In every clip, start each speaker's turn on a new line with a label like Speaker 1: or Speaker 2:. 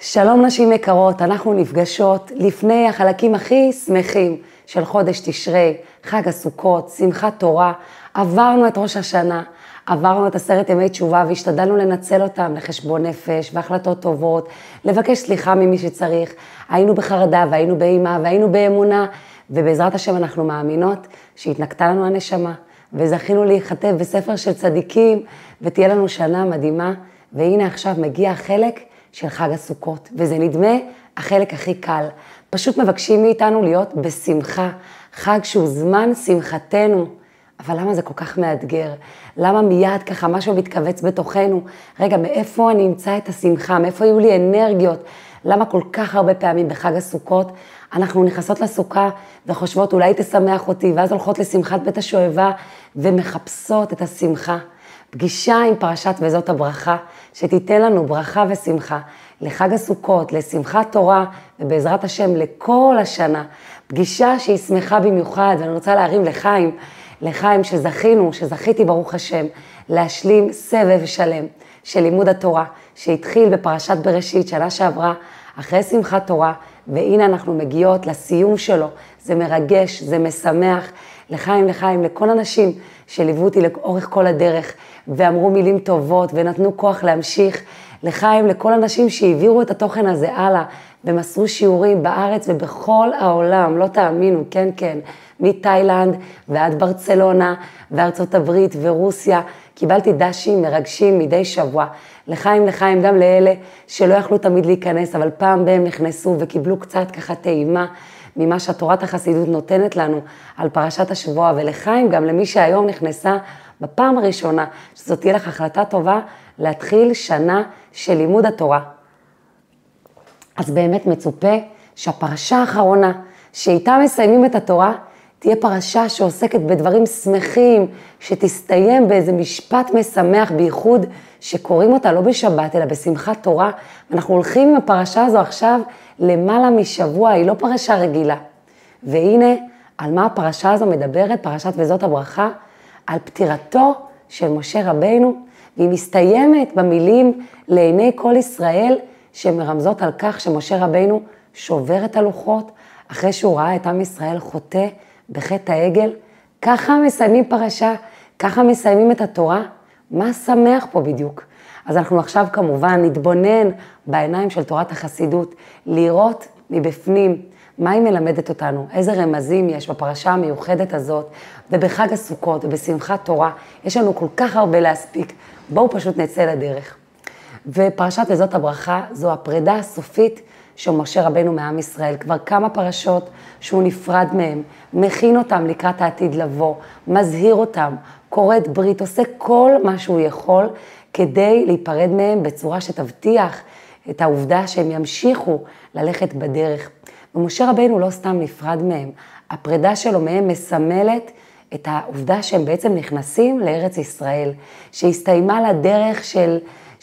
Speaker 1: שלום נשים יקרות, אנחנו נפגשות לפני החלקים הכי שמחים של חודש תשרי, חג הסוכות, שמחת תורה. עברנו את ראש השנה, עברנו את 10 ימי תשובה והשתדלנו לנצל אותם לחשבון נפש והחלטות טובות, לבקש סליחה ממי שצריך. היינו בחרדה והיינו באימה והיינו באמונה, ובעזרת השם אנחנו מאמינות שהתנקתה לנו הנשמה וזכינו להיכתב בספר של צדיקים ותהיה לנו שנה מדהימה. והנה עכשיו מגיע החלק של חג הסוכות, וזה נדמה החלק הכי קל. פשוט מבקשים מאיתנו להיות בשמחה, חג שהוא זמן שמחתנו. אבל למה זה כל כך מאתגר? למה מיד ככה משהו מתכווץ בתוכנו? רגע, מאיפה אני אמצא את השמחה? מאיפה יהיו לי אנרגיות? למה כל כך הרבה פעמים בחג הסוכות אנחנו נכנסות לסוכה וחושבות אולי תשמח אותי, ואז הולכות לשמחת בית השואבה ומחפשות את השמחה. פגישה עם פרשת וזאת הברכה, שתיתן לנו ברכה ושמחה לחג הסוכות, לשמחת תורה, ובעזרת השם לכל השנה. פגישה שהיא שמחה במיוחד, ואני רוצה להרים לחיים שזכיתי ברוך השם, להשלים סבב שלם של לימוד התורה, שהתחיל בפרשת בראשית שנה שעברה, אחרי שמחת תורה, והנה אנחנו מגיעות לסיום שלו. זה מרגש, זה משמח. לחיים, לכל אנשים שליוו אותי לאורך כל הדרך, ואמרו מילים טובות ונתנו כוח להמשיך. לחיים, לכל אנשים שהעבירו את התוכן הזה הלאה, ומסרו שיעורים בארץ ובכל העולם, לא תאמינו, כן, מתאילנד ועד ברצלונה וארצות הברית ורוסיה, קיבלתי דשים מרגשים מדי שבוע. לחיים, גם לאלה שלא יכלו תמיד להיכנס, אבל פעם בהם נכנסו וקיבלו קצת ככה טעימה ממה שהתורת החסידות נותנת לנו על פרשת השבוע, ולחיים גם למי שהיום נכנסה בפעם הראשונה, שזאת תהיה לך החלטה טובה להתחיל שנה של לימוד התורה. אז באמת מצופה שהפרשה האחרונה שאיתה מסיימים את התורה, תהיה פרשה שעוסקת בדברים שמחים, שתסתיים באיזה משפט משמח, בייחוד שקוראים אותה לא בשבת אלא בשמחת תורה. אנחנו הולכים עם הפרשה הזו עכשיו למעלה משבוע, היא לא פרשה רגילה. והנה על מה הפרשה הזו מדברת, פרשת וזאת הברכה, על פטירתו של משה רבינו, והיא מסתיימת במילים לעיני כל ישראל, שמרמזות על כך שמשה רבינו שובר את הלוחות, אחרי שהוא ראה את עם ישראל חוטא בחטא העגל. ככה מסיימים פרשה, ככה מסיימים את התורה. מה שמח פה בדיוק? אז אנחנו עכשיו כמובן נתבונן בעיניים של תורת החסידות, לראות מבפנים מה היא מלמדת אותנו, איזה רמזים יש בפרשה המיוחדת הזאת, ובחג הסוכות ובשמחת תורה. יש לנו כל כך הרבה להספיק, בואו פשוט נצא לדרך. ופרשת וזאת הברכה זו הפרידה הסופית של משה רבינו מעם ישראל. כבר כמה פרשות שהוא נפרד מהם, מכין אותם לקראת העתיד לבוא, מזהיר אותם, קוראת ברית, עושה כל מה שהוא יכול כדי להיפרד מהם בצורה שתבטיח את העובדה שהם ימשיכו ללכת בדרך. ומשה רבינו לא סתם נפרד מהם, הפרידה שלו מהם מסמלת את העובדה שהם בעצם נכנסים לארץ ישראל, שהסתיימה לדרך של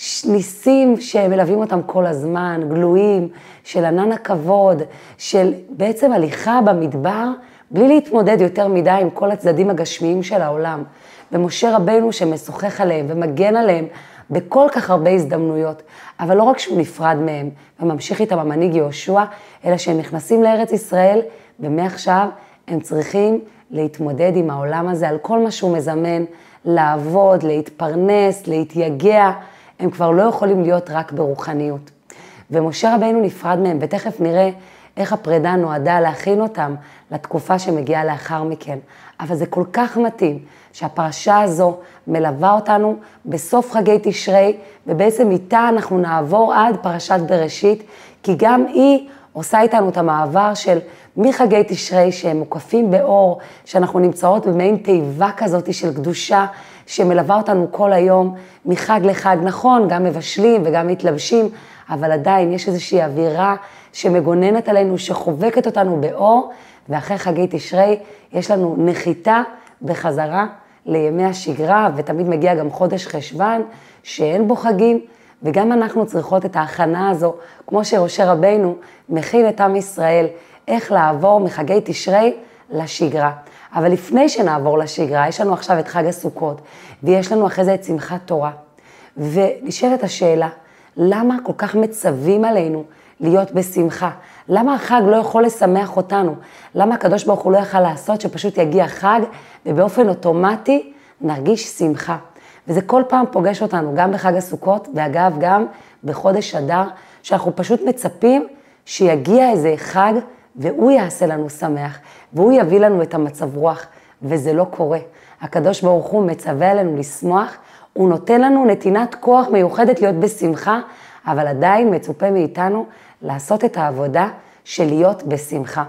Speaker 1: ניסים שמלווים אותם כל הזמן, גלויים, של ענן הכבוד, של בעצם הליכה במדבר, בלי להתמודד יותר מדי עם כל הצדדים הגשמיים של העולם. ומשה רבינו שמשוחח עליהם ומגן עליהם בכל כך הרבה הזדמנויות, אבל לא רק שהוא נפרד מהם וממשיך איתם המנהיג יהושע, אלא שהם נכנסים לארץ ישראל, ומעכשיו הם צריכים להתמודד עם העולם הזה על כל מה שהוא מזמן, לעבוד, להתפרנס, להתייגע. הם כבר לא יכולים להיות רק ברוחניות. ומשה רבינו נפרד מהם, ותכף נראה איך הפרידה נועדה להכין אותם לתקופה שמגיעה לאחר מכן. אבל זה כל כך מתאים שהפרשה הזו מלווה אותנו בסוף חגי תשרי, ובעצם איתה אנחנו נעבור עד פרשת בראשית, כי גם היא עושה איתנו את המעבר של מחגי תשרי שהם מוקפים באור, שאנחנו נמצאות במעין תיבה כזאת של קדושה, שמלווה אותנו כל היום, מחג לחג. נכון, גם מבשלים וגם מתלבשים, אבל עדיין יש איזושהי אווירה שמגוננת עלינו, שחובקת אותנו באור, ואחרי חגי תשרי יש לנו נחיתה בחזרה לימי השגרה, ותמיד מגיע גם חודש חשוון שאין בו חגים, וגם אנחנו צריכות את ההכנה הזו, כמו שמשה רבינו מכין את עם ישראל, איך לעבור מחגי תשרי לשגרה. אבל לפני שנעבור לשגרה, יש לנו עכשיו את חג הסוכות, ויש לנו אחרי זה את שמחת תורה. ונשאלת השאלה, למה כל כך מצווים עלינו להיות בשמחה? למה החג לא יכול לשמח אותנו? למה הקדוש ברוך הוא לא יכל לעשות שפשוט יגיע חג ובאופן אוטומטי נרגיש שמחה? וזה כל פעם פוגש אותנו, גם בחג הסוכות, ואגב גם בחודש אדר, שאנחנו פשוט מצפים שיגיע איזה חג והוא יעשה לנו שמח, והוא יביא לנו את המצב רוח, וזה לא קורה. הקדוש ברוך הוא מצווה עלינו לשמוח, הוא נותן לנו נתינת כוח מיוחדת להיות בשמחה, אבל עדיין מצופה מאיתנו לעשות את העבודה של להיות בשמחה.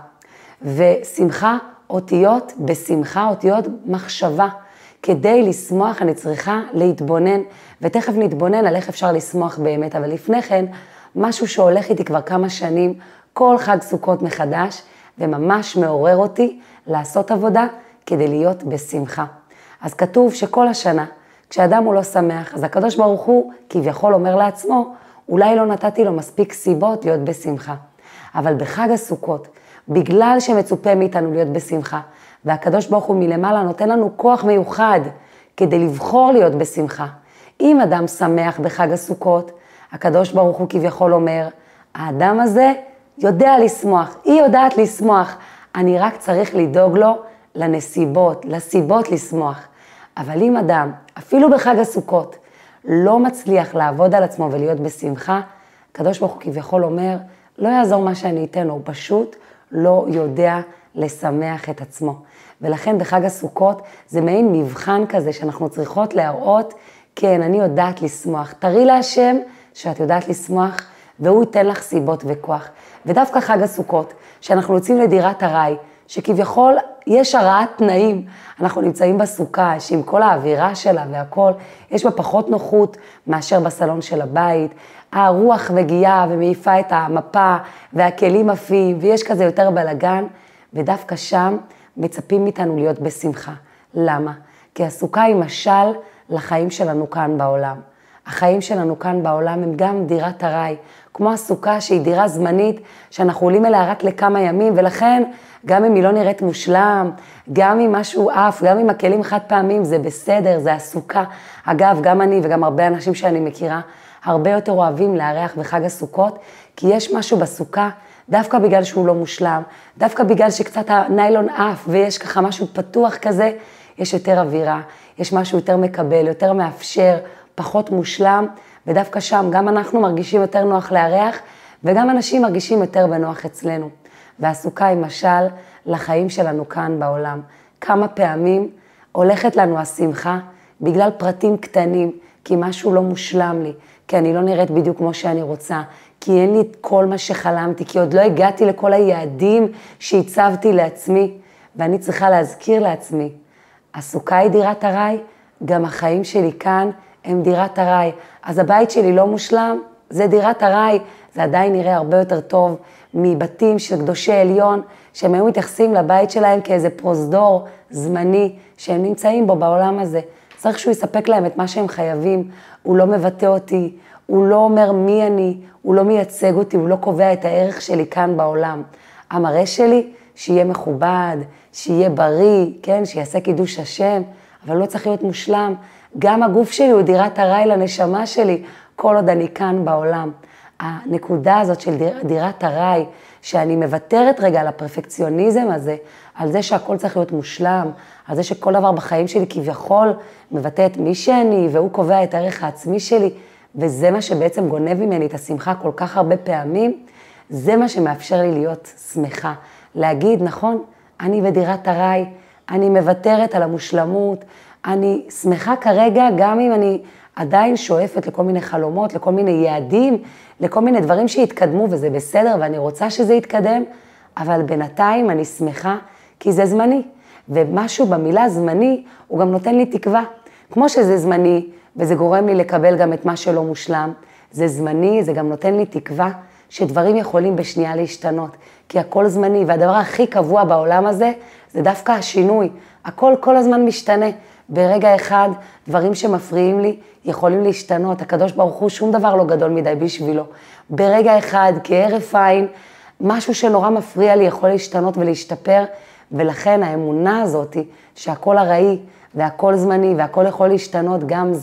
Speaker 1: ושמחה, אותיות בשמחה, אותיות מחשבה. כדי לשמוח אני צריכה להתבונן, ותכף נתבונן על איך אפשר לשמוח באמת, אבל לפני כן, משהו שהולך איתי כבר כמה שנים, כל חג סוכות מחדש, וממש מעורר אותי לעשות עבודה כדי להיות בשמחה. אז כתוב שכל השנה, כשאדם הוא לא שמח, אז הקדוש ברוך הוא כביכול אומר לעצמו, אולי לא נתתי לו מספיק סיבות להיות בשמחה. אבל בחג הסוכות, בגלל שמצופה מאיתנו להיות בשמחה, והקדוש ברוך הוא מלמעלה נותן לנו כוח מיוחד כדי לבחור להיות בשמחה. אם אדם שמח בחג הסוכות, הקדוש ברוך הוא כביכול אומר, האדם הזה יודע לשמוח, היא יודעת לשמוח, אני רק צריך לדאוג לו לנסיבות, לסיבות לשמוח. אבל אם אדם, אפילו בחג הסוכות, לא מצליח לעבוד על עצמו ולהיות בשמחה, הקדוש ברוך הוא כביכול אומר, לא יעזור מה שאני אתן לו, הוא פשוט לא יודע לשמח את עצמו. ולכן בחג הסוכות זה מעין מבחן כזה שאנחנו צריכות להראות, כן, אני יודעת לשמוח. תראי להשם שאת יודעת לשמוח, והוא ייתן לך סיבות וכוח. ודווקא חג הסוכות, שאנחנו יוצאים לדירת הרי, שכביכול יש הרעת תנאים, אנחנו נמצאים בסוכה, שעם כל האווירה שלה והכל, יש בה פחות נוחות מאשר בסלון של הבית, הרוח מגיעה ומעיפה את המפה, והכלים עפים, ויש כזה יותר בלגן, ודווקא שם מצפים איתנו להיות בשמחה. למה? כי הסוכה היא משל לחיים שלנו כאן בעולם. החיים שלנו כאן בעולם הם גם דירת הרי, כמו הסוכה שהיא דירה זמנית, שאנחנו עולים אליה רק לכמה ימים, ולכן גם אם היא לא נראית מושלם, גם אם משהו עף, גם אם הכלים חד פעמים, זה בסדר, זה הסוכה. אגב, גם אני וגם הרבה אנשים שאני מכירה, הרבה יותר אוהבים לארח בחג הסוכות, כי יש משהו בסוכה, דווקא בגלל שהוא לא מושלם, דווקא בגלל שקצת הניילון עף, ויש ככה משהו פתוח כזה, יש יותר אווירה, יש משהו יותר מקבל, יותר מאפשר, פחות מושלם, ודווקא שם גם אנחנו מרגישים יותר נוח לארח, וגם אנשים מרגישים יותר בנוח אצלנו. והסוכה היא משל לחיים שלנו כאן בעולם. כמה פעמים הולכת לנו השמחה בגלל פרטים קטנים, כי משהו לא מושלם לי, כי אני לא נראית בדיוק כמו שאני רוצה, כי אין לי את כל מה שחלמתי, כי עוד לא הגעתי לכל היעדים שהצבתי לעצמי, ואני צריכה להזכיר לעצמי, הסוכה היא דירת הרי, גם החיים שלי כאן הם דירת הרי. אז הבית שלי לא מושלם, זה דירת הרי, זה עדיין נראה הרבה יותר טוב מבתים של קדושי עליון, שהם היו מתייחסים לבית שלהם כאיזה פרוזדור זמני, שהם נמצאים בו בעולם הזה. צריך שהוא יספק להם את מה שהם חייבים, הוא לא מבטא אותי, הוא לא אומר מי אני, הוא לא מייצג אותי, הוא לא קובע את הערך שלי כאן בעולם. המראה שלי, שיהיה מכובד, שיהיה בריא, כן, שיעשה קידוש השם, אבל לא צריך להיות מושלם. גם הגוף שלי הוא דירת הרי לנשמה שלי, כל עוד אני כאן בעולם. הנקודה הזאת של דירת הרי, שאני מוותרת רגע על הפרפקציוניזם הזה, על זה שהכל צריך להיות מושלם, על זה שכל דבר בחיים שלי כביכול מבטא את מי שאני, והוא קובע את הערך העצמי שלי, וזה מה שבעצם גונב ממני את השמחה כל כך הרבה פעמים, זה מה שמאפשר לי להיות שמחה. להגיד, נכון, אני בדירת הרי, אני מוותרת על המושלמות, אני שמחה כרגע גם אם אני עדיין שואפת לכל מיני חלומות, לכל מיני יעדים, לכל מיני דברים שהתקדמו וזה בסדר ואני רוצה שזה יתקדם, אבל בינתיים אני שמחה כי זה זמני. ומשהו במילה זמני הוא גם נותן לי תקווה. כמו שזה זמני וזה גורם לי לקבל גם את מה שלא מושלם, זה זמני, זה גם נותן לי תקווה שדברים יכולים בשנייה להשתנות. כי הכל זמני והדבר הכי קבוע בעולם הזה זה דווקא השינוי. הכל כל הזמן משתנה. ברגע אחד, דברים שמפריעים לי יכולים להשתנות. הקדוש ברוך הוא שום דבר לא גדול מדי בשבילו. ברגע אחד, כהרף עין, משהו שנורא מפריע לי יכול להשתנות ולהשתפר, ולכן האמונה הזאת שהכל הראי והכל זמני והכל יכול להשתנות, גם זה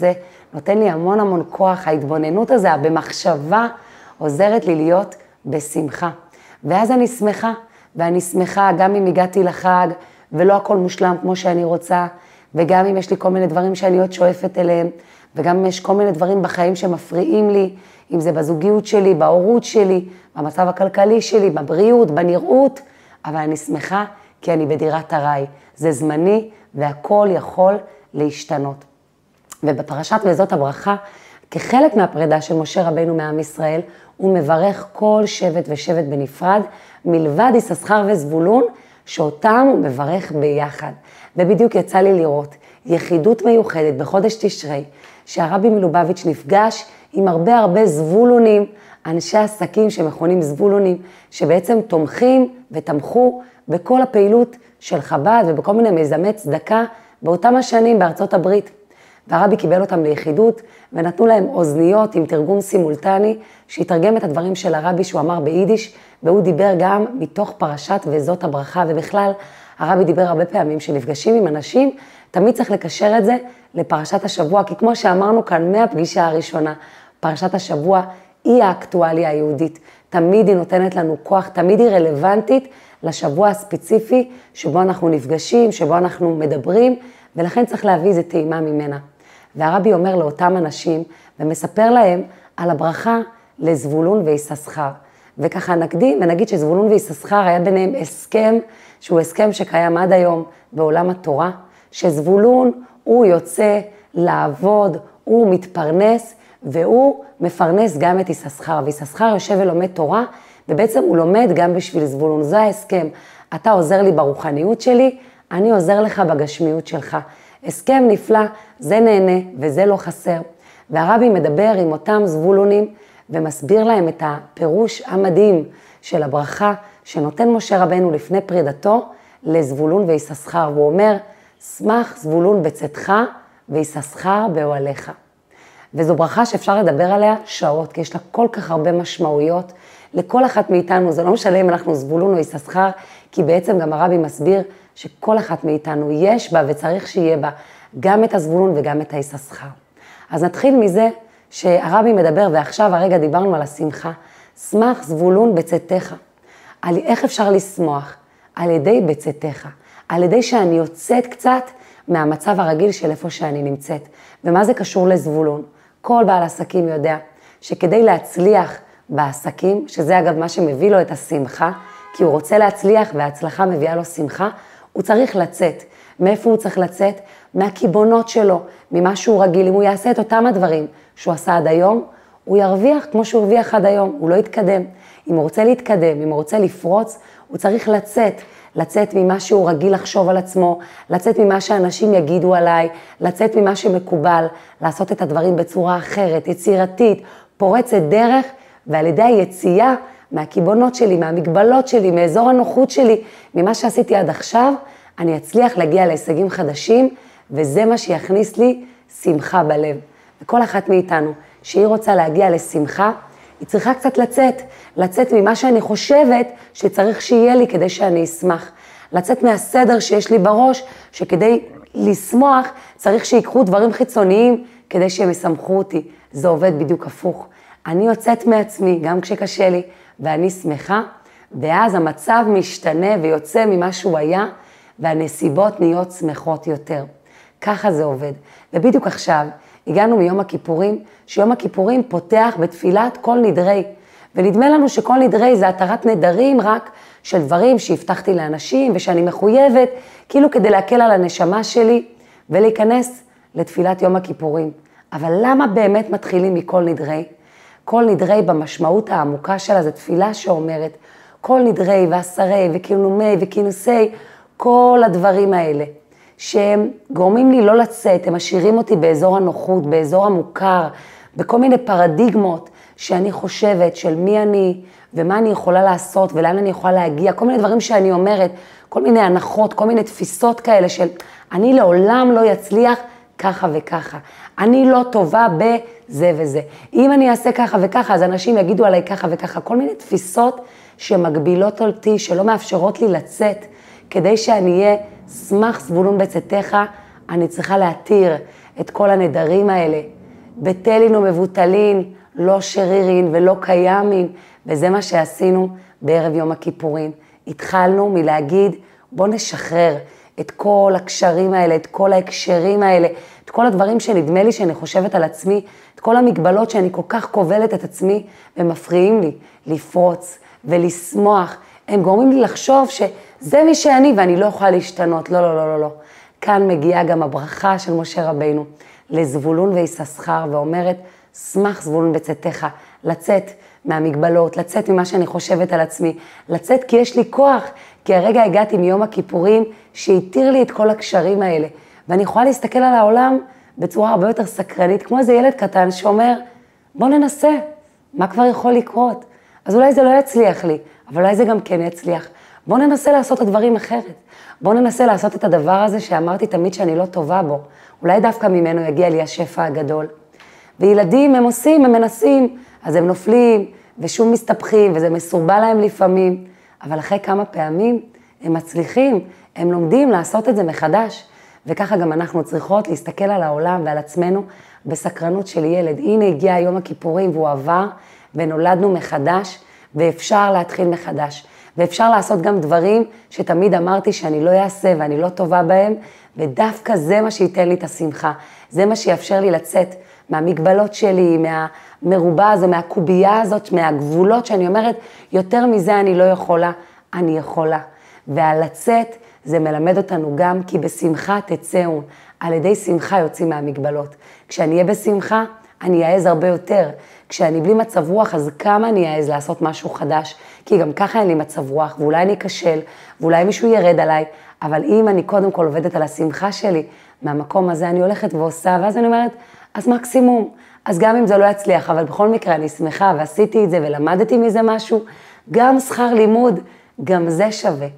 Speaker 1: נותן לי המון המון כוח, ההתבוננות הזה, במחשבה, עוזרת לי להיות בשמחה. ואז אני שמחה, ואני שמחה גם אם הגעתי לחג, ולא הכל מושלם כמו שאני רוצה, וגם אם יש לי כל מיני דברים שאני עוד שואפת אליהם, וגם אם יש כל מיני דברים בחיים שמפריעים לי, אם זה בזוגיות שלי, בהורות שלי, במצב הכלכלי שלי, בבריאות, בנראות, אבל אני שמחה כי אני בדירת הרי. זה זמני והכל יכול להשתנות. ובפרשת וזאת הברכה, כחלק מהפרידה של משה רבינו מעם ישראל, הוא מברך כל שבט ושבט בנפרד, מלבד יששכר וזבולון, שאותם הוא מברך ביחד. ובדיוק יצא לי לראות יחידות מיוחדת בחודש תשרי, שהרבי מלובביץ' נפגש עם הרבה זבולונים, אנשי עסקים שמכונים זבולונים, שבעצם תומכים ותמכו בכל הפעילות של חב"ד ובכל מיני מיזמי צדקה באותם השנים בארצות הברית. והרבי קיבל אותם ליחידות ונתנו להם אוזניות עם תרגום סימולטני, שיתרגם את הדברים של הרבי שהוא אמר ביידיש, והוא דיבר גם מתוך פרשת וזאת הברכה, ובכלל הרבי דיבר הרבה פעמים שנפגשים עם אנשים, תמיד צריך לקשר את זה לפרשת השבוע, כי כמו שאמרנו כאן מהפגישה הראשונה, פרשת השבוע היא האקטואליה היהודית, תמיד היא נותנת לנו כוח, תמיד היא רלוונטית לשבוע הספציפי שבו אנחנו נפגשים, שבו אנחנו מדברים, ולכן צריך להביא איזה טעימה ממנה. והרבי אומר לאותם אנשים ומספר להם על הברכה לזבולון ויששכר. וככה נקדים ונגיד שזבולון ויששכר היה ביניהם הסכם, שהוא הסכם שקיים עד היום בעולם התורה, שזבולון הוא יוצא לעבוד, הוא מתפרנס, והוא מפרנס גם את יששכר, ויששכר יושב ולומד תורה, ובעצם הוא לומד גם בשביל זבולון. זה ההסכם, אתה עוזר לי ברוחניות שלי, אני עוזר לך בגשמיות שלך. הסכם נפלא, זה נהנה וזה לא חסר. והרבי מדבר עם אותם זבולונים, ומסביר להם את הפירוש המדהים של הברכה, שנותן משה רבנו לפני פרידתו לזבולון ויששכר, והוא אומר, שמח זבולון בצאתך ויששכר באוהליך. וזו ברכה שאפשר לדבר עליה שעות, כי יש לה כל כך הרבה משמעויות לכל אחת מאיתנו, זה לא משנה אם אנחנו זבולון או יששכר, כי בעצם גם הרבי מסביר שכל אחת מאיתנו יש בה וצריך שיהיה בה גם את הזבולון וגם את היששכר. אז נתחיל מזה שהרבי מדבר, ועכשיו הרגע דיברנו על השמחה, שמח זבולון בצאתך. איך אפשר לשמוח? על ידי בצאתך, על ידי שאני יוצאת קצת מהמצב הרגיל של איפה שאני נמצאת. ומה זה קשור לזבולון? כל בעל עסקים יודע שכדי להצליח בעסקים, שזה אגב מה שמביא לו את השמחה, כי הוא רוצה להצליח וההצלחה מביאה לו שמחה, הוא צריך לצאת. מאיפה הוא צריך לצאת? מהכיבונות שלו, ממה שהוא רגיל. אם הוא יעשה את אותם הדברים שהוא עשה עד היום, הוא ירוויח כמו שהוא הרוויח עד היום, הוא לא יתקדם. אם הוא רוצה להתקדם, אם הוא רוצה לפרוץ, הוא צריך לצאת ממה שהוא רגיל לחשוב על עצמו, לצאת ממה שאנשים יגידו עליי, לצאת ממה שמקובל, לעשות את הדברים בצורה אחרת, יצירתית, פורצת דרך, ועל ידי היציאה מהכיבונות שלי, מהמגבלות שלי, מאזור הנוחות שלי, ממה שעשיתי עד עכשיו, אני אצליח להגיע להישגים חדשים, וזה מה שיכניס לי שמחה בלב. וכל אחת מאיתנו, שהיא רוצה להגיע לשמחה, היא צריכה קצת לצאת ממה שאני חושבת שצריך שיהיה לי כדי שאני אשמח. לצאת מהסדר שיש לי בראש, שכדי לשמוח צריך שיקחו דברים חיצוניים כדי שהם ישמחו אותי. זה עובד בדיוק הפוך. אני יוצאת מעצמי גם כשקשה לי, ואני שמחה, ואז המצב משתנה ויוצא ממה שהוא היה, והנסיבות נהיות שמחות יותר. ככה זה עובד. ובדיוק עכשיו הגענו מיום הכיפורים, שיום הכיפורים פותח בתפילת כל נדרי. ונדמה לנו שכל נדרי זה התרת נדרים רק של דברים שהבטחתי לאנשים ושאני מחויבת, כאילו כדי להקל על הנשמה שלי ולהיכנס לתפילת יום הכיפורים. אבל למה באמת מתחילים מכל נדרי? כל נדרי במשמעות העמוקה שלה זה תפילה שאומרת, כל נדרי ועשרי וכינומי וכינוסי, כל הדברים האלה שהם גורמים לי לא לצאת, הם משאירים אותי באזור הנוחות, באזור המוכר, בכל מיני פרדיגמות שאני חושבת של מי אני ומה אני יכולה לעשות ולאן אני יכולה להגיע, כל מיני דברים שאני אומרת, כל מיני הנחות, כל מיני תפיסות כאלה של אני לעולם לא יצליח ככה וככה, אני לא טובה בזה וזה. אם אני אעשה ככה וככה, אז אנשים יגידו עליי ככה וככה, כל מיני תפיסות שמגבילות אותי, שלא מאפשרות לי לצאת, כדי שאני אהיה שמח זבולון בצאתך, אני צריכה להתיר את כל הנדרים האלה, בטלין ומבוטלין, לא שרירין ולא קיימין, וזה מה שעשינו בערב יום הכיפורים. התחלנו מלהגיד, בוא נשחרר את כל הקשרים האלה, את כל ההקשרים האלה, את כל הדברים שנדמה לי שאני חושבת על עצמי, את כל המגבלות שאני כל כך כובלת את עצמי, ומפריעים לי לפרוץ ולשמוח. הם גורמים לי לחשוב שזה מי שאני ואני לא יכולה להשתנות. לא, לא, לא, לא, לא. כאן מגיעה גם הברכה של משה רבינו לזבולון ויששכר, ואומרת, שמח זבולון בצאתך, לצאת מהמגבלות, לצאת ממה שאני חושבת על עצמי, לצאת כי יש לי כוח, כי הרגע הגעתי מיום הכיפורים שהתיר לי את כל הקשרים האלה, ואני יכולה להסתכל על העולם בצורה הרבה יותר סקרנית, כמו איזה ילד קטן שאומר, בוא ננסה, מה כבר יכול לקרות? אז אולי זה לא יצליח לי, אבל אולי זה גם כן יצליח. בוא ננסה לעשות את הדברים אחרת. בוא ננסה לעשות את הדבר הזה שאמרתי תמיד שאני לא טובה בו. אולי דווקא ממנו יגיע לי השפע הגדול. וילדים הם עושים, הם מנסים, אז הם נופלים ושום מסתבכים, וזה מסורבל להם לפעמים. אבל אחרי כמה פעמים הם מצליחים, הם לומדים לעשות את זה מחדש. וככה גם אנחנו צריכות להסתכל על העולם ועל עצמנו בסקרנות של ילד. הנה הגיע יום הכיפורים והוא עבר, ונולדנו מחדש, ואפשר להתחיל מחדש. ואפשר לעשות גם דברים שתמיד אמרתי שאני לא אעשה ואני לא טובה בהם, ודווקא זה מה שייתן לי את השמחה. זה מה שיאפשר לי לצאת מהמגבלות שלי, מהמרובה הזו, מהקובייה הזאת, מהגבולות שאני אומרת, יותר מזה אני לא יכולה, אני יכולה. ועל לצאת זה מלמד אותנו גם כי בשמחה תצאו, על ידי שמחה יוצאים מהמגבלות. כשאני אהיה בשמחה, אני אעז הרבה יותר. כשאני בלי מצב רוח, אז כמה אני אעז לעשות משהו חדש, כי גם ככה אין לי מצב רוח, ואולי אני אכשל, ואולי מישהו ירד עליי, אבל אם אני קודם כל עובדת על השמחה שלי, מהמקום הזה אני הולכת ועושה, ואז אני אומרת, אז מקסימום, אז גם אם זה לא יצליח, אבל בכל מקרה אני שמחה ועשיתי את זה ולמדתי מזה משהו, גם שכר לימוד, גם זה שווה.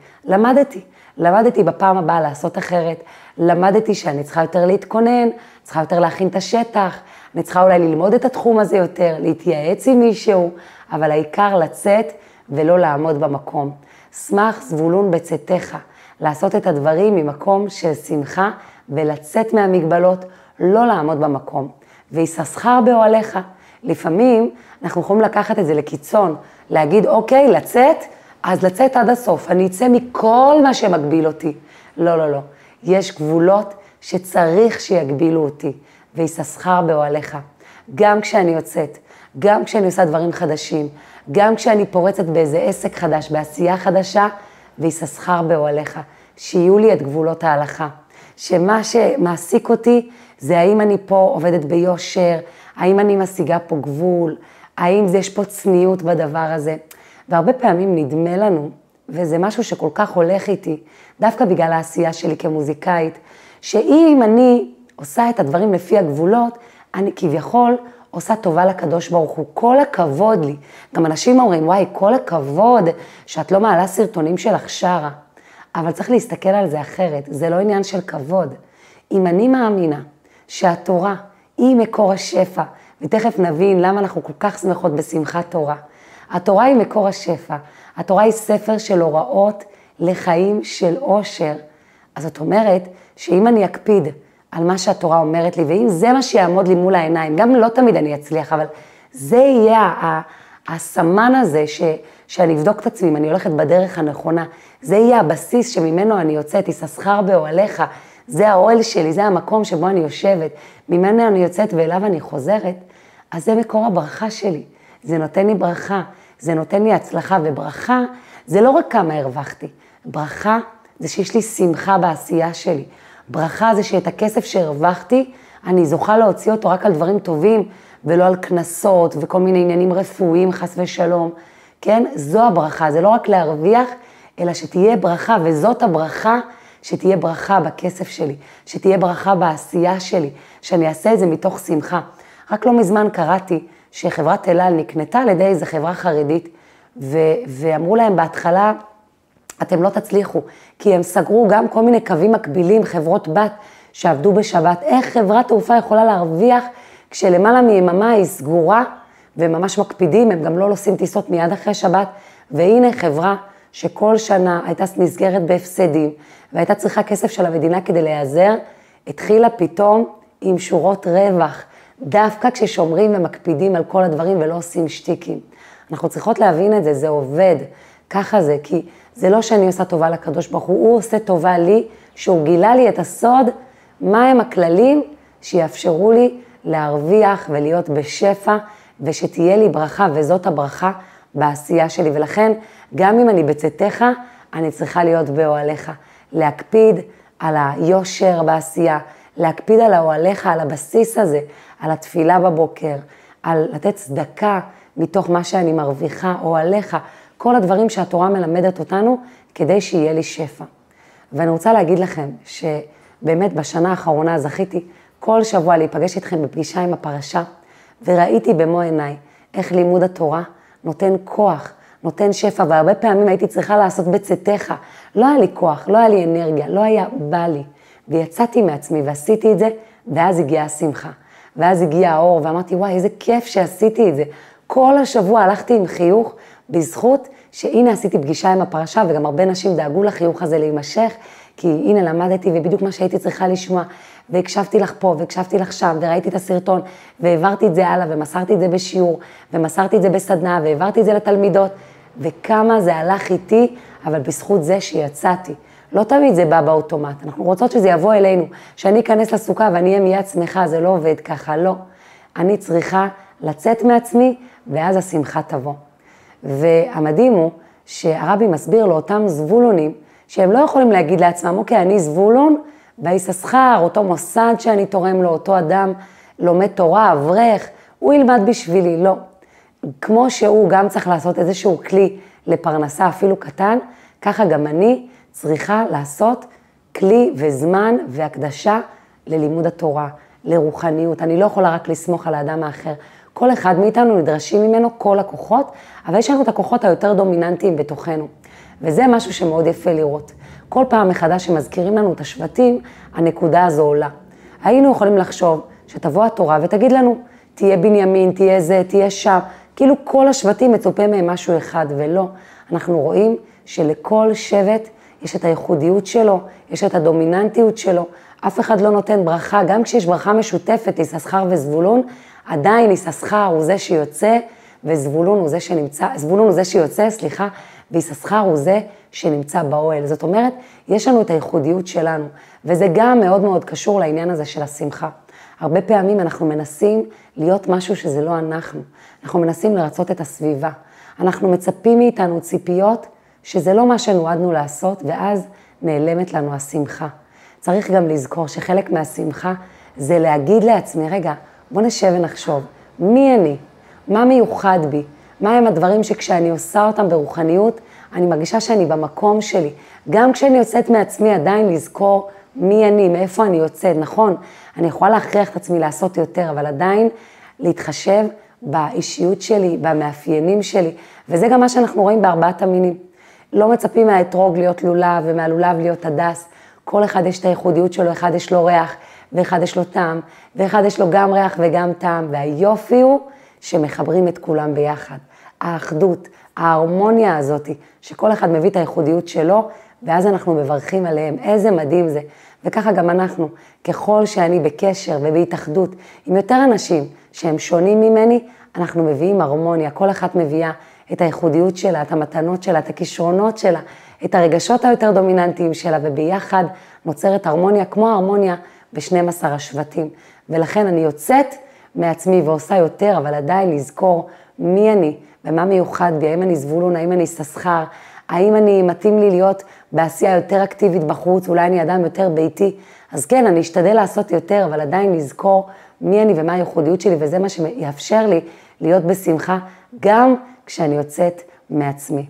Speaker 1: למדתי בפעם הבאה לעשות אחרת, למדתי שאני צריכה יותר להתכונן, צריכה יותר להכין את השטח, אני צריכה אולי ללמוד את התחום הזה יותר, להתייעץ עם מישהו, אבל העיקר לצאת ולא לעמוד במקום. שמח זבולון בצאתך, לעשות את הדברים ממקום של שמחה ולצאת מהמגבלות, לא לעמוד במקום. ויששכר באוהליך. לפעמים אנחנו יכולים לקחת את זה לקיצון, להגיד אוקיי, לצאת, אז לצאת עד הסוף, אני אצא מכל מה שמגביל אותי. לא, לא, לא. יש גבולות שצריך שיגבילו אותי, ויששכר באוהליך. גם כשאני יוצאת, גם כשאני עושה דברים חדשים, גם כשאני פורצת באיזה עסק חדש, בעשייה חדשה, ויששכר באוהליך. שיהיו לי את גבולות ההלכה. שמה שמעסיק אותי זה האם אני פה עובדת ביושר, האם אני משיגה פה גבול, האם יש פה צניעות בדבר הזה. והרבה פעמים נדמה לנו, וזה משהו שכל כך הולך איתי, דווקא בגלל העשייה שלי כמוזיקאית, שאם אני עושה את הדברים לפי הגבולות, אני כביכול עושה טובה לקדוש ברוך הוא. כל הכבוד לי. גם אנשים אומרים, וואי, כל הכבוד שאת לא מעלה סרטונים שלך שרה. אבל צריך להסתכל על זה אחרת, זה לא עניין של כבוד. אם אני מאמינה שהתורה היא מקור השפע, ותכף נבין למה אנחנו כל כך שמחות בשמחת תורה. התורה היא מקור השפע, התורה היא ספר של הוראות לחיים של אושר. אז זאת אומרת שאם אני אקפיד על מה שהתורה אומרת לי, ואם זה מה שיעמוד לי מול העיניים, גם לא תמיד אני אצליח, אבל זה יהיה הסמן הזה שאני אבדוק את עצמי, אם אני הולכת בדרך הנכונה, זה יהיה הבסיס שממנו אני יוצאת, יששכר באוהליך, זה האוהל שלי, זה המקום שבו אני יושבת, ממנו אני יוצאת ואליו אני חוזרת, אז זה מקור הברכה שלי, זה נותן לי ברכה, זה נותן לי הצלחה, וברכה זה לא רק כמה הרווחתי, ברכה זה שיש לי שמחה בעשייה שלי, ברכה זה שאת הכסף שהרווחתי, אני זוכה להוציא אותו רק על דברים טובים, ולא על כנסות וכל מיני עניינים רפואיים, חס ושלום, כן? זו הברכה, זה לא רק להרוויח, אלא שתהיה ברכה, וזאת הברכה, שתהיה ברכה בכסף שלי, שתהיה ברכה בעשייה שלי, שאני אעשה את זה מתוך שמחה. רק לא מזמן קראתי שחברת אל על נקנתה על ידי איזו חברה חרדית, ואמרו להם בהתחלה, אתם לא תצליחו, כי הם סגרו גם כל מיני קווים מקבילים, חברות בת שעבדו בשבת. איך חברת תעופה יכולה להרוויח כשלמעלה מיממה היא סגורה, וממש מקפידים, הם גם לא עושים טיסות מיד אחרי שבת, והנה חברה שכל שנה הייתה נסגרת בהפסדים, והייתה צריכה כסף של המדינה כדי להיעזר, התחילה פתאום עם שורות רווח. דווקא כששומרים ומקפידים על כל הדברים ולא עושים שטיקים. אנחנו צריכות להבין את זה, זה עובד, ככה זה, כי זה לא שאני עושה טובה לקדוש ברוך הוא עושה טובה לי, שהוא גילה לי את הסוד, מהם הכללים שיאפשרו לי להרוויח ולהיות בשפע, ושתהיה לי ברכה, וזאת הברכה בעשייה שלי. ולכן, גם אם אני בצאתך, אני צריכה להיות באוהליך. להקפיד על היושר בעשייה, להקפיד על אוהליך, על הבסיס הזה, על התפילה בבוקר, על לתת צדקה מתוך מה שאני מרוויחה, אוהליך, כל הדברים שהתורה מלמדת אותנו, כדי שיהיה לי שפע. ואני רוצה להגיד לכם שבאמת בשנה האחרונה זכיתי כל שבוע להיפגש איתכם בפגישה עם הפרשה, וראיתי במו עיניי איך לימוד התורה נותן כוח, נותן שפע, והרבה פעמים הייתי צריכה לעשות בצאתך. לא היה לי כוח, לא היה לי אנרגיה, לא היה בא לי. ויצאתי מעצמי ועשיתי את זה, ואז הגיעה השמחה. ואז הגיע האור, ואמרתי, וואי, איזה כיף שעשיתי את זה. כל השבוע הלכתי עם חיוך, בזכות שהנה עשיתי פגישה עם הפרשה, וגם הרבה נשים דאגו לחיוך הזה להימשך, כי הנה למדתי, ובדיוק מה שהייתי צריכה לשמוע, והקשבתי לך פה, והקשבתי לך שם, וראיתי את הסרטון, והעברתי את זה הלאה, ומסרתי את זה בשיעור, ומסרתי את זה בסדנה, והעברתי את זה לתלמידות, וכמה זה הלך איתי, אבל בזכות זה שיצאתי. לא תמיד זה בא באוטומט, אנחנו רוצות שזה יבוא אלינו, שאני אכנס לסוכה ואני אהיה מיד שמחה, זה לא עובד ככה, לא. אני צריכה לצאת מעצמי, ואז השמחה תבוא. והמדהים הוא שהרבי מסביר לאותם זבולונים, שהם לא יכולים להגיד לעצמם, אוקיי, אני זבולון, ביששכר, אותו מוסד שאני תורם לו, אותו אדם לומד תורה, אברך, הוא ילמד בשבילי, לא. כמו שהוא גם צריך לעשות איזשהו כלי לפרנסה אפילו קטן, ככה גם אני צריכה לעשות כלי וזמן והקדשה ללימוד התורה, לרוחניות. אני לא יכולה רק לסמוך על האדם האחר. כל אחד מאיתנו נדרשים ממנו כל הכוחות, אבל יש לנו את הכוחות היותר דומיננטיים בתוכנו. וזה משהו שמאוד יפה לראות. כל פעם מחדש שמזכירים לנו את השבטים, הנקודה הזו עולה. היינו יכולים לחשוב שתבוא התורה ותגיד לנו, תהיה בנימין, תהיה זה, תהיה שם. כאילו כל השבטים מצופה מהם משהו אחד, ולא. אנחנו רואים שלכל שבט יש את הייחודיות שלו, יש את הדומיננטיות שלו. אף אחד לא נותן ברכה, גם כשיש ברכה משותפת, יששכר וזבולון, עדיין יששכר הוא זה שיוצא, וזבולון הוא זה שנמצא, זבולון הוא זה שיוצא, סליחה, ויששכר הוא זה שנמצא באוהל. זאת אומרת, יש לנו את הייחודיות שלנו, וזה גם מאוד מאוד קשור לעניין הזה של השמחה. הרבה פעמים אנחנו מנסים להיות משהו שזה לא אנחנו. אנחנו מנסים לרצות את הסביבה. אנחנו מצפים מאיתנו ציפיות שזה לא מה שנועדנו לעשות, ואז נעלמת לנו השמחה. צריך גם לזכור שחלק מהשמחה זה להגיד לעצמי, רגע, בוא נשב ונחשוב, מי אני? מה מיוחד בי? מה הם הדברים שכשאני עושה אותם ברוחניות, אני מרגישה שאני במקום שלי. גם כשאני יוצאת מעצמי עדיין לזכור מי אני, מאיפה אני יוצאת. נכון, אני יכולה להכריח את עצמי לעשות יותר, אבל עדיין להתחשב באישיות שלי, במאפיינים שלי. וזה גם מה שאנחנו רואים בארבעת המינים. לא מצפים מהאתרוג להיות לולב ומהלולב להיות הדס. כל אחד יש את הייחודיות שלו, אחד יש לו ריח ואחד יש לו טעם, ואחד יש לו גם ריח וגם טעם. והיופי הוא שמחברים את כולם ביחד. האחדות, ההרמוניה הזאת, שכל אחד מביא את הייחודיות שלו, ואז אנחנו מברכים עליהם. איזה מדהים זה. וככה גם אנחנו, ככל שאני בקשר ובהתאחדות עם יותר אנשים שהם שונים ממני, אנחנו מביאים הרמוניה. כל אחת מביאה את הייחודיות שלה, את המתנות שלה, את הכישרונות שלה, את הרגשות היותר דומיננטיים שלה, וביחד נוצרת הרמוניה כמו ההרמוניה ב-12 השבטים. ולכן אני יוצאת מעצמי ועושה יותר, אבל עדיין לזכור מי אני ומה מיוחד בי, האם אני זבולון, האם אני יששכר, האם אני מתאים לי להיות בעשייה יותר אקטיבית בחוץ, אולי אני אדם יותר ביתי. אז כן, אני אשתדל לעשות יותר, אבל עדיין לזכור מי אני ומה הייחודיות שלי, וזה מה שיאפשר לי להיות בשמחה, גם כשאני יוצאת מעצמי.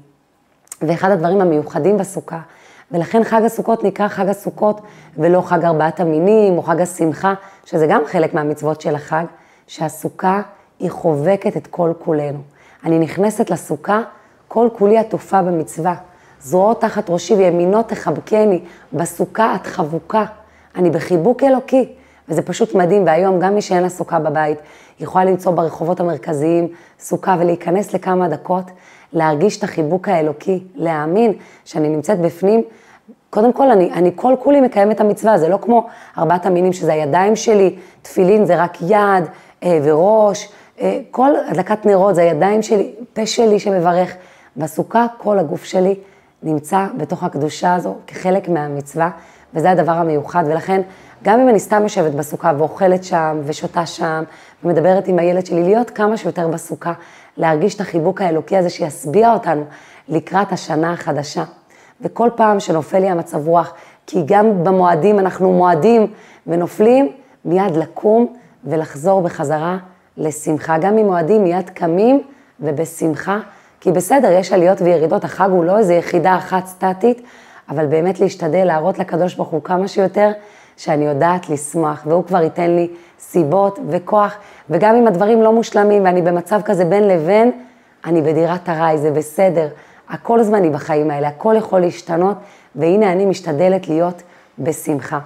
Speaker 1: ואחד הדברים המיוחדים בסוכה, ולכן חג הסוכות נקרא חג הסוכות, ולא חג ארבעת המינים, או חג השמחה, שזה גם חלק מהמצוות של החג, שהסוכה היא חובקת את כל כולנו. אני נכנסת לסוכה, כל כולי עטופה במצווה. זרועות תחת ראשי וימינו תחבקני, בסוכה את חבוקה. אני בחיבוק אלוקי, וזה פשוט מדהים. והיום גם מי שאין לה סוכה בבית, יכולה למצוא ברחובות המרכזיים סוכה ולהיכנס לכמה דקות, להרגיש את החיבוק האלוקי, להאמין שאני נמצאת בפנים. קודם כל, אני כל כולי מקיים את המצווה, זה לא כמו ארבעת המינים שזה הידיים שלי, תפילין זה רק יד, וראש, כל הדלקת נרות, זה הידיים שלי, פה שלי שמברך. בסוכה כל הגוף שלי נמצא בתוך הקדושה הזו כחלק מהמצווה, וזה הדבר המיוחד, ולכן גם אם אני סתם יושבת בסוכה ואוכלת שם ושותה שם, ומדברת עם הילד שלי, להיות כמה שיותר בסוכה, להרגיש את החיבוק האלוקי הזה שיסביע אותנו לקראת השנה החדשה. וכל פעם שנופל לי המצב רוח, כי גם במועדים אנחנו מועדים ונופלים, מיד לקום ולחזור בחזרה לשמחה. גם ממועדים מיד קמים ובשמחה, כי בסדר, יש עליות וירידות, החג הוא לא איזו יחידה אחת סטטית, אבל באמת להשתדל להראות לקדוש ברוך הוא כמה שיותר, שאני יודעת לשמוח, והוא כבר ייתן לי סיבות וכוח, וגם אם הדברים לא מושלמים, ואני במצב כזה בין לבין, אני בדירת הרי, זה בסדר, הכל זמני בחיים האלה, הכל יכול להשתנות, והנה אני משתדלת להיות בשמחה.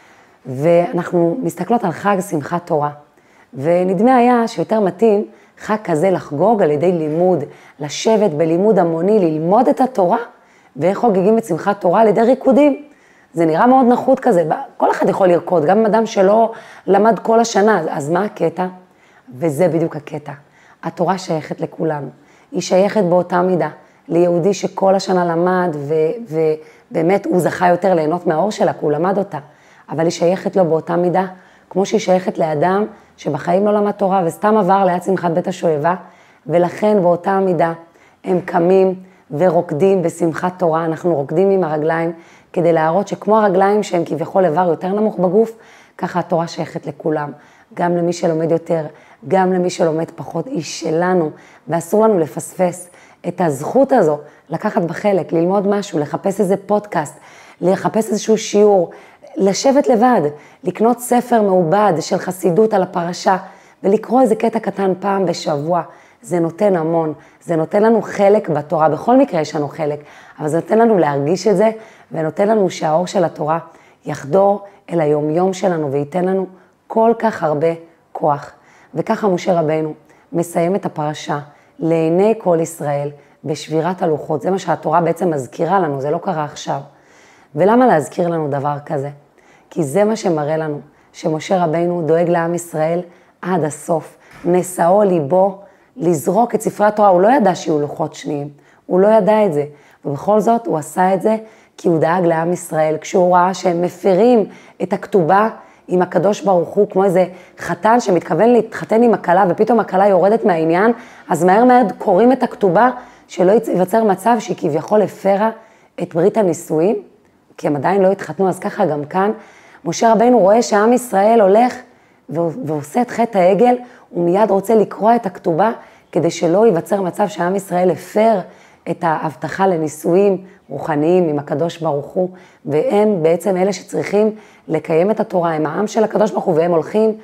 Speaker 1: ואנחנו מסתכלות על חג שמחת תורה, ונדמה היה שיותר מתאים חג כזה לחגוג על ידי לימוד, לשבת בלימוד המוני, ללמוד את התורה, ואיך חוגגים את שמחת תורה על ידי ריקודים. זה נראה מאוד נחות כזה, כל אחד יכול לרקוד, גם אדם שלא למד כל השנה, אז מה הקטע? וזה בדיוק הקטע. התורה שייכת לכולנו, היא שייכת באותה מידה, ליהודי שכל השנה למד, ובאמת הוא זכה יותר ליהנות מהאור שלה, כי הוא למד אותה, אבל היא שייכת לו באותה מידה, כמו שהיא שייכת לאדם שבחיים לא למד תורה, וסתם עבר ליד שמחת בית השואבה, ולכן באותה מידה הם קמים ורוקדים בשמחת תורה, אנחנו רוקדים עם הרגליים, כדי להראות שכמו הרגליים שהם כביכול איבר יותר נמוך בגוף, ככה התורה שייכת לכולם, גם למי שלומד יותר, גם למי שלומד פחות, היא שלנו, ואסור לנו לפספס את הזכות הזו, לקחת בחלק, ללמוד משהו, לחפש איזה פודקאסט, לחפש איזשהו שיעור, לשבת לבד, לקנות ספר מעובד של חסידות על הפרשה, ולקרוא איזה קטע קטן פעם בשבוע, זה נותן המון, זה נותן לנו חלק בתורה, בכל מקרה יש לנו חלק, אבל זה נותן לנו להרגיש את זה, ונותן לנו שהאור של התורה יחדור אל היומיום שלנו, וייתן לנו כל כך הרבה כוח. וככה משה רבנו מסיים את הפרשה לעיני כל ישראל, בשבירת הלוחות, זה מה שהתורה בעצם מזכירה לנו, זה לא קרה עכשיו. ולמה להזכיר לנו דבר כזה? כי זה מה שמראה לנו, שמשה רבנו דואג לעם ישראל עד הסוף, נשאו ליבו לזרוק את ספרי התורה, הוא לא ידע שיהיו לוחות שניים, הוא לא ידע את זה, ובכל זאת הוא עשה את זה, כי הוא דאג לעם ישראל, כשהוא ראה שהם מפרים את הכתובה עם הקדוש ברוך הוא, כמו איזה חתן שמתכוון להתחתן עם הכלה, ופתאום הכלה יורדת מהעניין, אז מהר קוראים את הכתובה, שלא ייווצר מצב שהיא כביכול הפרה את ברית הנישואים, כי הם עדיין לא התחתנו, אז ככה גם כאן, משה רבינו רואה שעם ישראל הולך ועושה את חטא העגל, הוא מיד רוצה לקרוא את הכתובה, כדי שלא ייווצר מצב שעם ישראל הפר את ההבטחה לנישואים רוחניים עם הקדוש ברוך הוא, והם בעצם אלה שצריכים לקיים את התורה, הם העם של הקדוש ברוך הוא, והם הולכים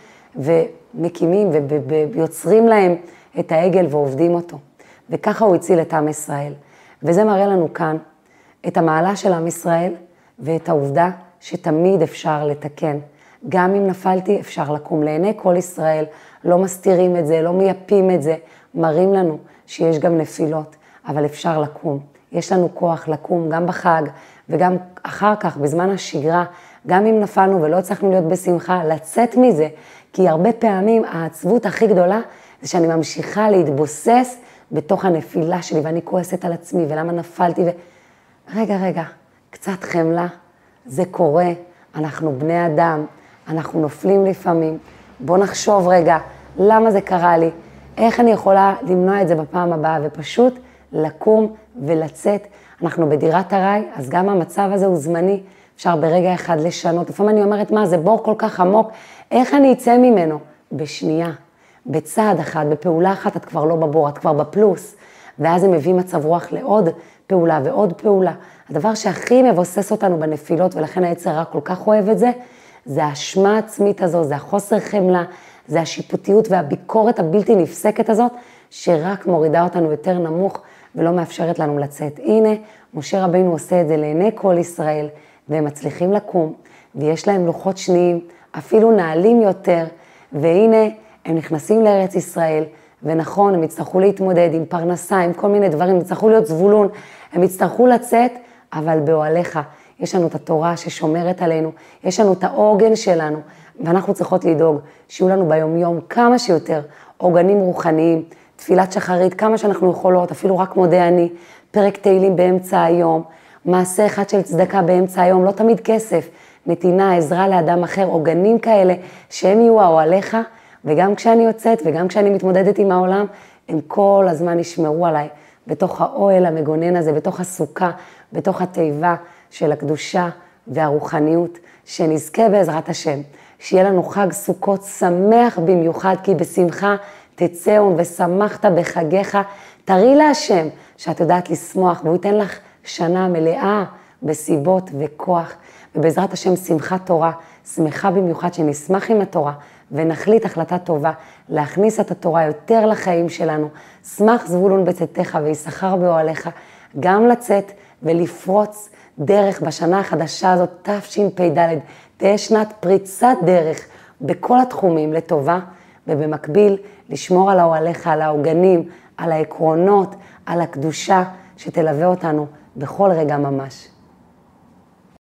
Speaker 1: ומקימים ויוצרים להם את העגל ועובדים אותו. וככה הוא הציל את עם ישראל. וזה מראה לנו כאן את המעלה של עם ישראל, ואת העובדה שתמיד אפשר לתקן. גם אם נפלתי אפשר לקום לעיני כל ישראל, לא מסתירים את זה, לא מייפים את זה, מראים לנו שיש גם נפילות, אבל אפשר לקום. יש לנו כוח לקום גם בחג וגם אחר כך בזמן השגרה, גם אם נפלנו ולא הצלחנו להיות בשמחה, לצאת מזה, כי הרבה פעמים העצבות הכי גדולה זה שאני ממשיכה להתבוסס בתוך הנפילה שלי, ואני כועסת על עצמי ולמה נפלתי רגע, קצת חמלה, זה קורה, אנחנו בני אדם, אנחנו נופלים לפעמים, בוא נחשוב רגע, למה זה קרה לי, איך אני יכולה למנוע את זה בפעם הבאה, ופשוט לקום ולצאת. אנחנו בדירת הרי, אז גם המצב הזה הוא זמני, אפשר ברגע אחד לשנות. לפעמים אני אומרת, מה, זה בור כל כך עמוק, איך אני אצא ממנו? בשנייה, בצעד אחד, בפעולה אחת, את כבר לא בבור, את כבר בפלוס, ואז הם מביא מצב רוח לעוד פעולה ועוד פעולה. הדבר שהכי מבוסס אותנו בנפילות, ולכן היצר הרע כל כך אוהב את זה, זה האשמה העצמית הזו, זה החוסר חמלה, זה השיפוטיות והביקורת הבלתי נפסקת הזאת, שרק מורידה אותנו יותר נמוך ולא מאפשרת לנו לצאת. הנה, משה רבינו עושה את זה לעיני כל ישראל, והם מצליחים לקום, ויש להם לוחות שניים, אפילו נעלים יותר, והנה הם נכנסים לארץ ישראל, ונכון, הם יצטרכו להתמודד עם פרנסה, עם כל מיני דברים, הם יצטרכו להיות זבולון, הם יצטרכו לצאת, אבל באוהליך יש לנו את התורה ששומרת עלינו, יש לנו את העוגן שלנו, ואנחנו צריכות לדאוג שיהיו לנו ביום-יום כמה שיותר עוגנים רוחניים, תפילת שחרית, כמה שאנחנו יכולות, אפילו רק מודה אני, פרק תהילים באמצע היום, מעשה אחד של צדקה באמצע היום, לא תמיד כסף, נתינה, עזרה לאדם אחר, עוגנים כאלה, שהם יהיו האוהליך, וגם כשאני יוצאת וגם כשאני מתמודדת עם העולם, הם כל הזמן ישמרו עליי, בתוך האוהל המגונן הזה, בתוך הסוכה, בתוך התיבה של הקדושה והרוחניות, שנזכה בעזרת השם, שיהיה לנו חג סוכות שמח במיוחד, כי בשמחה תצאון ושמחת בחגיך, תראי להשם שאת יודעת לשמוח, והוא ייתן לך שנה מלאה בסיבות וכוח, ובעזרת השם שמחת תורה, שמחה במיוחד שנשמח עם התורה, ונחליט החלטה טובה, להכניס את התורה יותר לחיים שלנו, שמח זבולון בצאתך ויששכר באוהליך, גם לצאת ולפרוץ דרך בשנה החדשה הזאת, תשפ"ד, תהיה שנת פריצת דרך בכל התחומים לטובה, ובמקביל לשמור על האוהליך, על העוגנים, על העקרונות, על הקדושה שתלווה אותנו בכל רגע ממש.